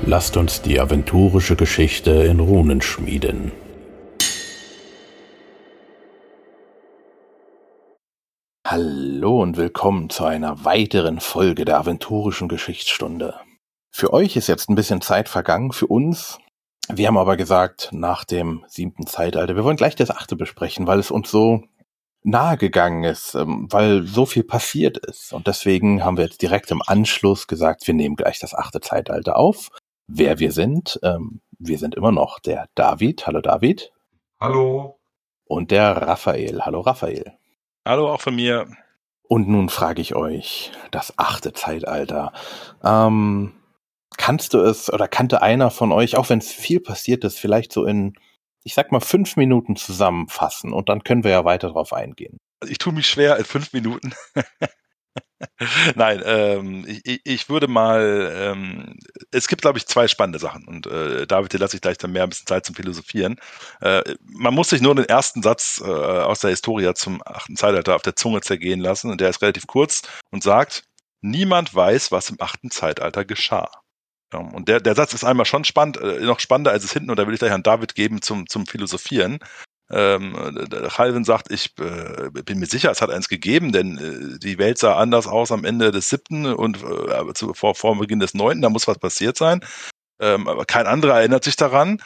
lasst uns die aventurische Geschichte in Runen schmieden. Hallo und willkommen zu einer weiteren Folge der aventurischen Geschichtsstunde. Für euch ist jetzt ein bisschen Zeit vergangen, für uns. Wir haben aber gesagt, nach dem 7. Zeitalter, wir wollen gleich das 8. besprechen, weil es uns so nahe gegangen ist, weil so viel passiert ist. Und deswegen haben wir jetzt direkt im Anschluss gesagt, wir nehmen gleich das 8. Zeitalter auf. Wer wir sind immer noch der David. Hallo David. Hallo. Und der Raphael. Hallo Raphael. Hallo auch von mir. Und nun frage ich euch, das 8. Zeitalter. Kannst du es oder kannte einer von euch, auch wenn es viel passiert ist, vielleicht so in, ich sag mal, 5 Minuten zusammenfassen und dann können wir ja weiter drauf eingehen. Ich tue mich schwer in 5 Minuten. Nein, ich würde mal, es gibt, glaube ich, 2 spannende Sachen und David, dir lasse ich gleich dann ein bisschen Zeit zum Philosophieren. Man muss sich nur den ersten Satz aus der Historia zum 8. Zeitalter auf der Zunge zergehen lassen und der ist relativ kurz und sagt, niemand weiß, was im 8. Zeitalter geschah. Ja, und der Satz ist einmal schon spannend, noch spannender als es hinten, und da will ich gleich an David geben zum Philosophieren. Chalvin sagt, ich bin mir sicher, es hat eins gegeben, denn die Welt sah anders aus am Ende des 7. und vor Beginn des 9. Da muss was passiert sein. Aber kein anderer erinnert sich daran.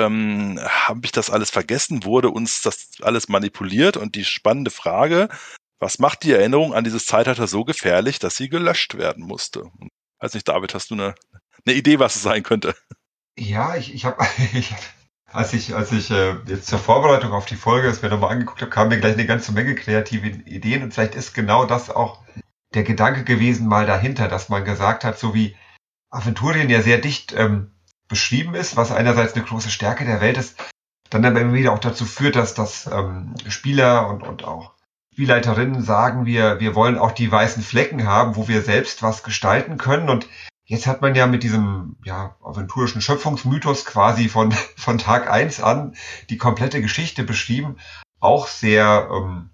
Habe ich das alles vergessen? Wurde uns das alles manipuliert? Und die spannende Frage, was macht die Erinnerung an dieses Zeitalter so gefährlich, dass sie gelöscht werden musste? Weiß nicht, David, hast du eine Idee, was es sein könnte? Ja, ich habe, als ich jetzt zur Vorbereitung auf die Folge es mir nochmal angeguckt habe, kamen mir gleich eine ganze Menge kreative Ideen, und vielleicht ist genau das auch der Gedanke gewesen mal dahinter, dass man gesagt hat, so wie Aventurien ja sehr dicht beschrieben ist, was einerseits eine große Stärke der Welt ist, dann aber immer wieder auch dazu führt, dass Spieler und auch Spielleiterinnen sagen, wir wollen auch die weißen Flecken haben, wo wir selbst was gestalten können. Und jetzt hat man ja mit diesem aventurischen Schöpfungsmythos quasi von Tag 1 an die komplette Geschichte beschrieben, auch sehr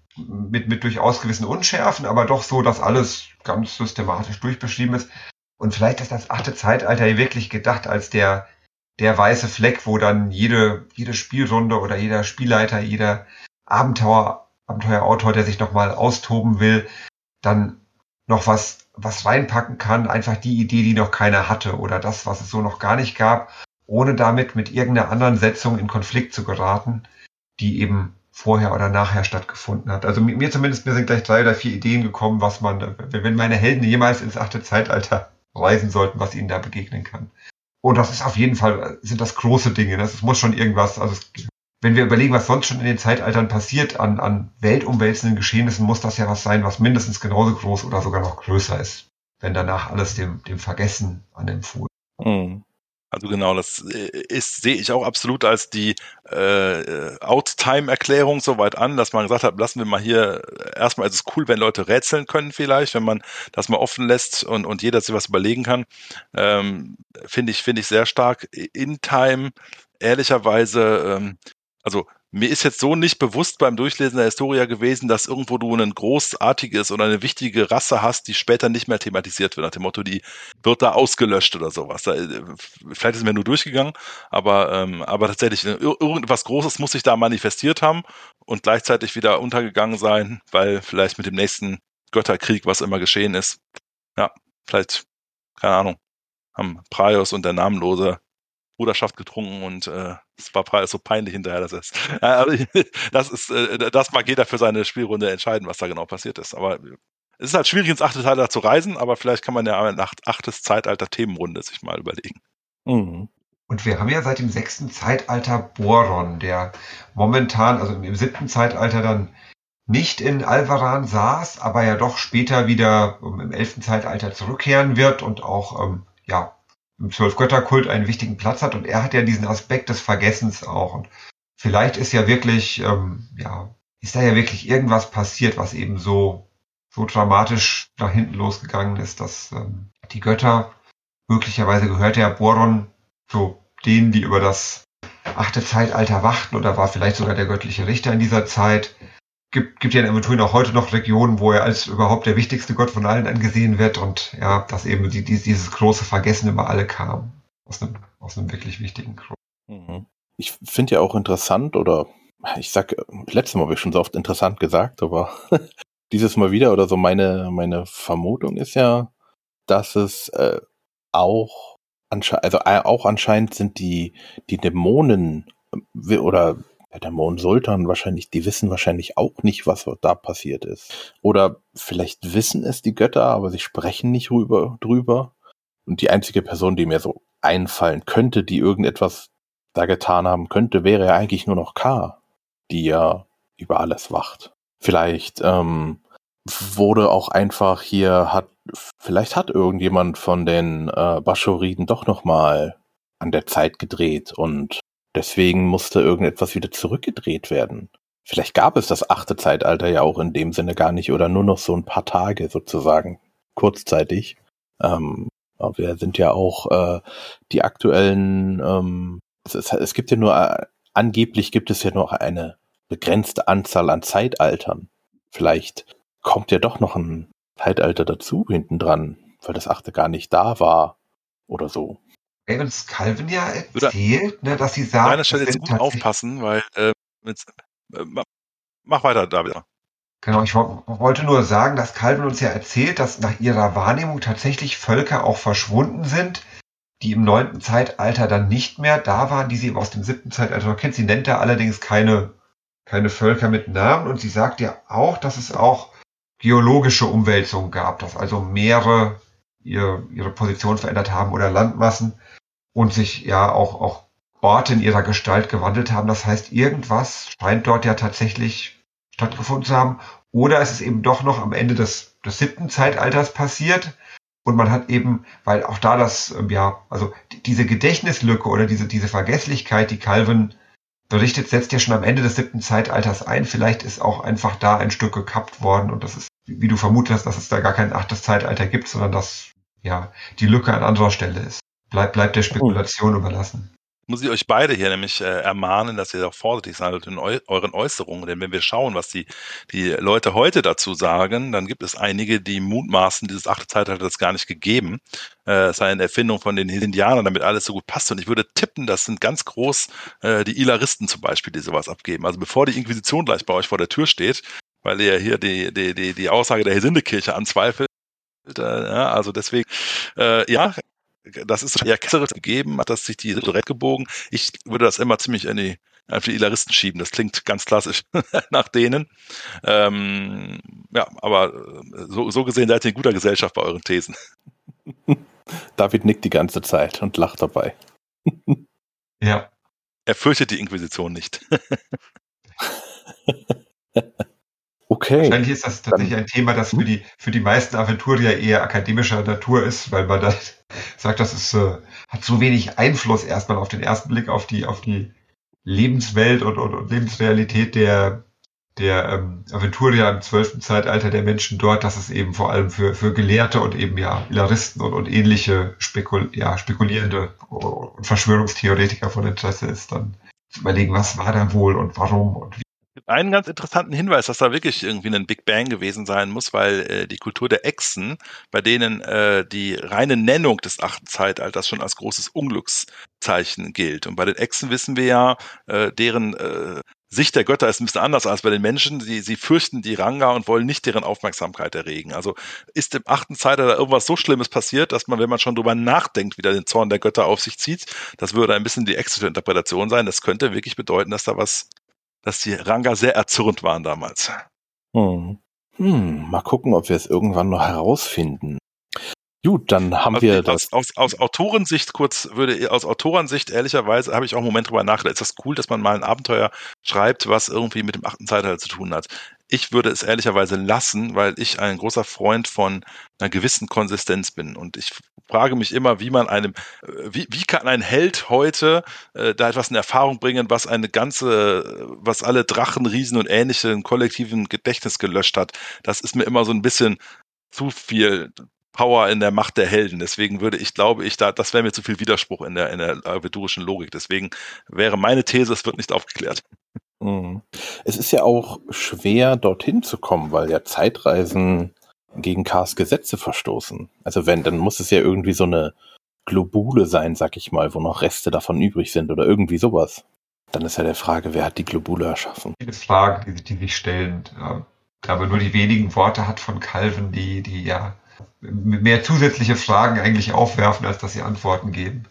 mit durchaus gewissen Unschärfen, aber doch so, dass alles ganz systematisch durchbeschrieben ist. Und vielleicht ist das 8. Zeitalter hier wirklich gedacht als der weiße Fleck, wo dann jede Spielrunde oder jeder Spielleiter, jeder Abenteuerautor, der sich nochmal austoben will, dann noch was reinpacken kann, einfach die Idee, die noch keiner hatte oder das, was es so noch gar nicht gab, ohne damit mit irgendeiner anderen Setzung in Konflikt zu geraten, die eben vorher oder nachher stattgefunden hat. Also mir sind gleich 3 oder 4 Ideen gekommen, was man, wenn meine Helden jemals ins 8. Zeitalter reisen sollten, was ihnen da begegnen kann. Und das ist auf jeden Fall, sind das große Dinge. Das muss schon irgendwas, wenn wir überlegen, was sonst schon in den Zeitaltern passiert an weltumwälzenden Geschehnissen, muss das ja was sein, was mindestens genauso groß oder sogar noch größer ist, wenn danach alles dem Vergessen anempfohlen. Also genau, das sehe ich auch absolut als die Outtime-Erklärung soweit an, dass man gesagt hat, lassen wir mal hier, erstmal ist es cool, wenn Leute rätseln können vielleicht, wenn man das mal offen lässt und jeder sich was überlegen kann. Finde ich sehr stark. In Time, ehrlicherweise, also mir ist jetzt so nicht bewusst beim Durchlesen der Historia gewesen, dass irgendwo du ein großartiges oder eine wichtige Rasse hast, die später nicht mehr thematisiert wird, nach dem Motto, die wird da ausgelöscht oder sowas. Vielleicht ist mir nur durchgegangen, aber tatsächlich, irgendwas Großes muss sich da manifestiert haben und gleichzeitig wieder untergegangen sein, weil vielleicht mit dem nächsten Götterkrieg, was immer geschehen ist, ja, vielleicht, keine Ahnung, haben Praios und der Namenlose Bruderschaft getrunken und es war so peinlich hinterher, das mag jeder für seine Spielrunde entscheiden, was da genau passiert ist. Aber es ist halt schwierig, ins 8. Zeitalter zu reisen, aber vielleicht kann man ja nach 8. Zeitalter Themenrunde sich mal überlegen. Mhm. Und wir haben ja seit dem 6. Zeitalter Boron, der momentan, also im 7. Zeitalter dann nicht in Alvaran saß, aber ja doch später wieder im 11. Zeitalter zurückkehren wird und auch im 12-Götter-Kult einen wichtigen Platz hat. Und er hat ja diesen Aspekt des Vergessens auch. Und vielleicht ist ja wirklich, ist da ja wirklich irgendwas passiert, was eben so dramatisch nach hinten losgegangen ist, dass die Götter, möglicherweise gehörte ja Boron zu denen, die über das 8. Zeitalter wachten oder war vielleicht sogar der göttliche Richter in dieser Zeit. Gibt ja in Aventurien auch heute noch Regionen, wo er als überhaupt der wichtigste Gott von allen angesehen wird und ja, dass eben dieses große Vergessen über alle kam. aus einem wirklich wichtigen Grund. Mhm. Ich finde ja auch interessant, oder ich sag, letztes Mal habe ich schon so oft interessant gesagt, aber dieses Mal wieder oder so meine Vermutung ist ja, dass es auch anscheinend sind die Dämonen oder der Dämonensultan wahrscheinlich, die wissen wahrscheinlich auch nicht, was da passiert ist. Oder vielleicht wissen es die Götter, aber sie sprechen nicht drüber. Und die einzige Person, die mir so einfallen könnte, die irgendetwas da getan haben könnte, wäre ja eigentlich nur noch K, die ja über alles wacht. Vielleicht wurde auch einfach vielleicht hat irgendjemand von den Baschoriden doch nochmal an der Zeit gedreht und deswegen musste irgendetwas wieder zurückgedreht werden. Vielleicht gab es das 8. Zeitalter ja auch in dem Sinne gar nicht oder nur noch so ein paar Tage sozusagen, kurzzeitig. Aber wir sind ja auch die aktuellen, es gibt ja nur, angeblich gibt es ja nur eine begrenzte Anzahl an Zeitaltern. Vielleicht kommt ja doch noch ein Zeitalter dazu hinten dran, weil das 8. gar nicht da war oder so. Uns Calvin ja erzählt, ne, dass sie sagt, an deiner Stelle jetzt gut aufpassen, weil mach weiter, David. Genau, ich wollte nur sagen, dass Calvin uns ja erzählt, dass nach ihrer Wahrnehmung tatsächlich Völker auch verschwunden sind, die im 9. Zeitalter dann nicht mehr da waren, die sie aus dem 7. Zeitalter noch kennt. Sie nennt da allerdings keine Völker mit Namen und sie sagt ja auch, dass es auch geologische Umwälzungen gab, dass also Meere ihre Position verändert haben oder Landmassen und sich ja auch Orte in ihrer Gestalt gewandelt haben. Das heißt, irgendwas scheint dort ja tatsächlich stattgefunden zu haben. Oder es ist eben doch noch am Ende des 7. Zeitalters passiert. Und man hat eben, weil auch da also diese Gedächtnislücke oder diese Vergesslichkeit, die Calvin berichtet, setzt ja schon am Ende des 7. Zeitalters ein. Vielleicht ist auch einfach da ein Stück gekappt worden und das ist, wie du vermutet hast, dass es da gar kein 8. Zeitalter gibt, sondern dass die Lücke an anderer Stelle ist. Bleibt der Spekulation überlassen. Muss ich euch beide hier nämlich ermahnen, dass ihr auch vorsichtig seid in euren Äußerungen. Denn wenn wir schauen, was die Leute heute dazu sagen, dann gibt es einige, die mutmaßen, dieses 8. Zeitalter hat es gar nicht gegeben. Es sei eine Erfindung von den Indianern, damit alles so gut passt. Und ich würde tippen, das sind ganz groß die Ilaristen zum Beispiel, die sowas abgeben. Also bevor die Inquisition gleich bei euch vor der Tür steht, weil ihr hier die Aussage der Hesindekirche anzweifelt, also deswegen, das ist eher ketzerisch gegeben, hat das sich die direkt gebogen. Ich würde das immer ziemlich auf die Ilaristen schieben. Das klingt ganz klassisch nach denen. Aber so gesehen seid ihr in guter Gesellschaft bei euren Thesen. David nickt die ganze Zeit und lacht dabei. Ja. Er fürchtet die Inquisition nicht. Okay. Wahrscheinlich ist das tatsächlich ein Thema, das für die meisten Aventurier eher akademischer Natur ist, weil man da sagt, das hat so wenig Einfluss erstmal auf den ersten Blick auf die Lebenswelt und Lebensrealität der Aventurier im 12. Zeitalter der Menschen dort, dass es eben vor allem für Gelehrte und eben Ilaristen und ähnliche spekulierende und Verschwörungstheoretiker von Interesse ist, dann zu überlegen, was war da wohl und warum und wie. Einen ganz interessanten Hinweis, dass da wirklich irgendwie ein Big Bang gewesen sein muss, weil die Kultur der Echsen, bei denen die reine Nennung des 8. Zeitalters schon als großes Unglückszeichen gilt. Und bei den Echsen wissen wir ja, deren Sicht der Götter ist ein bisschen anders als bei den Menschen. Sie fürchten die Ranga und wollen nicht deren Aufmerksamkeit erregen. Also ist im 8. Zeitalter irgendwas so Schlimmes passiert, dass man, wenn man schon drüber nachdenkt, wieder den Zorn der Götter auf sich zieht, das würde ein bisschen die exische Interpretation sein. Das könnte wirklich bedeuten, dass die Ranga sehr erzürnt waren damals. Mal gucken, ob wir es irgendwann noch herausfinden. Gut, dann haben wir das. Aus Autorensicht aus Autorensicht ehrlicherweise habe ich auch einen Moment drüber nachgedacht. Ist das cool, dass man mal ein Abenteuer schreibt, was irgendwie mit dem 8. Zeitalter zu tun hat? Ich würde es ehrlicherweise lassen, weil ich ein großer Freund von einer gewissen Konsistenz bin. Und ich frage mich immer, wie kann ein Held heute da etwas in Erfahrung bringen, was alle Drachen, Riesen und ähnliche im kollektiven Gedächtnis gelöscht hat. Das ist mir immer so ein bisschen zu viel Power in der Macht der Helden. Deswegen das wäre mir zu viel Widerspruch in der aventurischen Logik. Deswegen wäre meine These, es wird nicht aufgeklärt. Es ist ja auch schwer, dorthin zu kommen, weil ja Zeitreisen gegen K's Gesetze verstoßen. Also dann muss es ja irgendwie so eine Globule sein, sag ich mal, wo noch Reste davon übrig sind oder irgendwie sowas. Dann ist ja die Frage, wer hat die Globule erschaffen? Viele Fragen, die sich stellen. Aber nur die wenigen Worte hat von Calvin, die ja mehr zusätzliche Fragen eigentlich aufwerfen, als dass sie Antworten geben.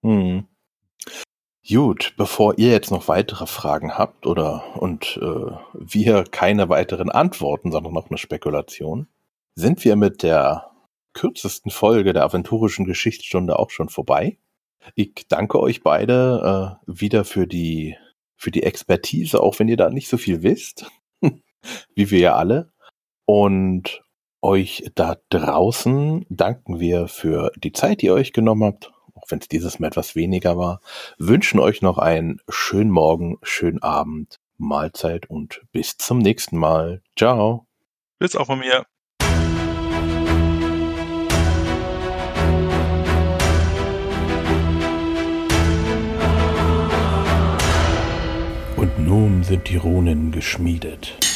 Gut, bevor ihr jetzt noch weitere Fragen habt und wir keine weiteren Antworten, sondern noch eine Spekulation, sind wir mit der kürzesten Folge der aventurischen Geschichtsstunde auch schon vorbei. Ich danke euch beide wieder für die Expertise, auch wenn ihr da nicht so viel wisst, wie wir ja alle. Und euch da draußen danken wir für die Zeit, die ihr euch genommen habt, auch wenn es dieses Mal etwas weniger war. Wünschen euch noch einen schönen Morgen, schönen Abend, Mahlzeit und bis zum nächsten Mal. Ciao. Bis auch von mir. Und nun sind die Runen geschmiedet.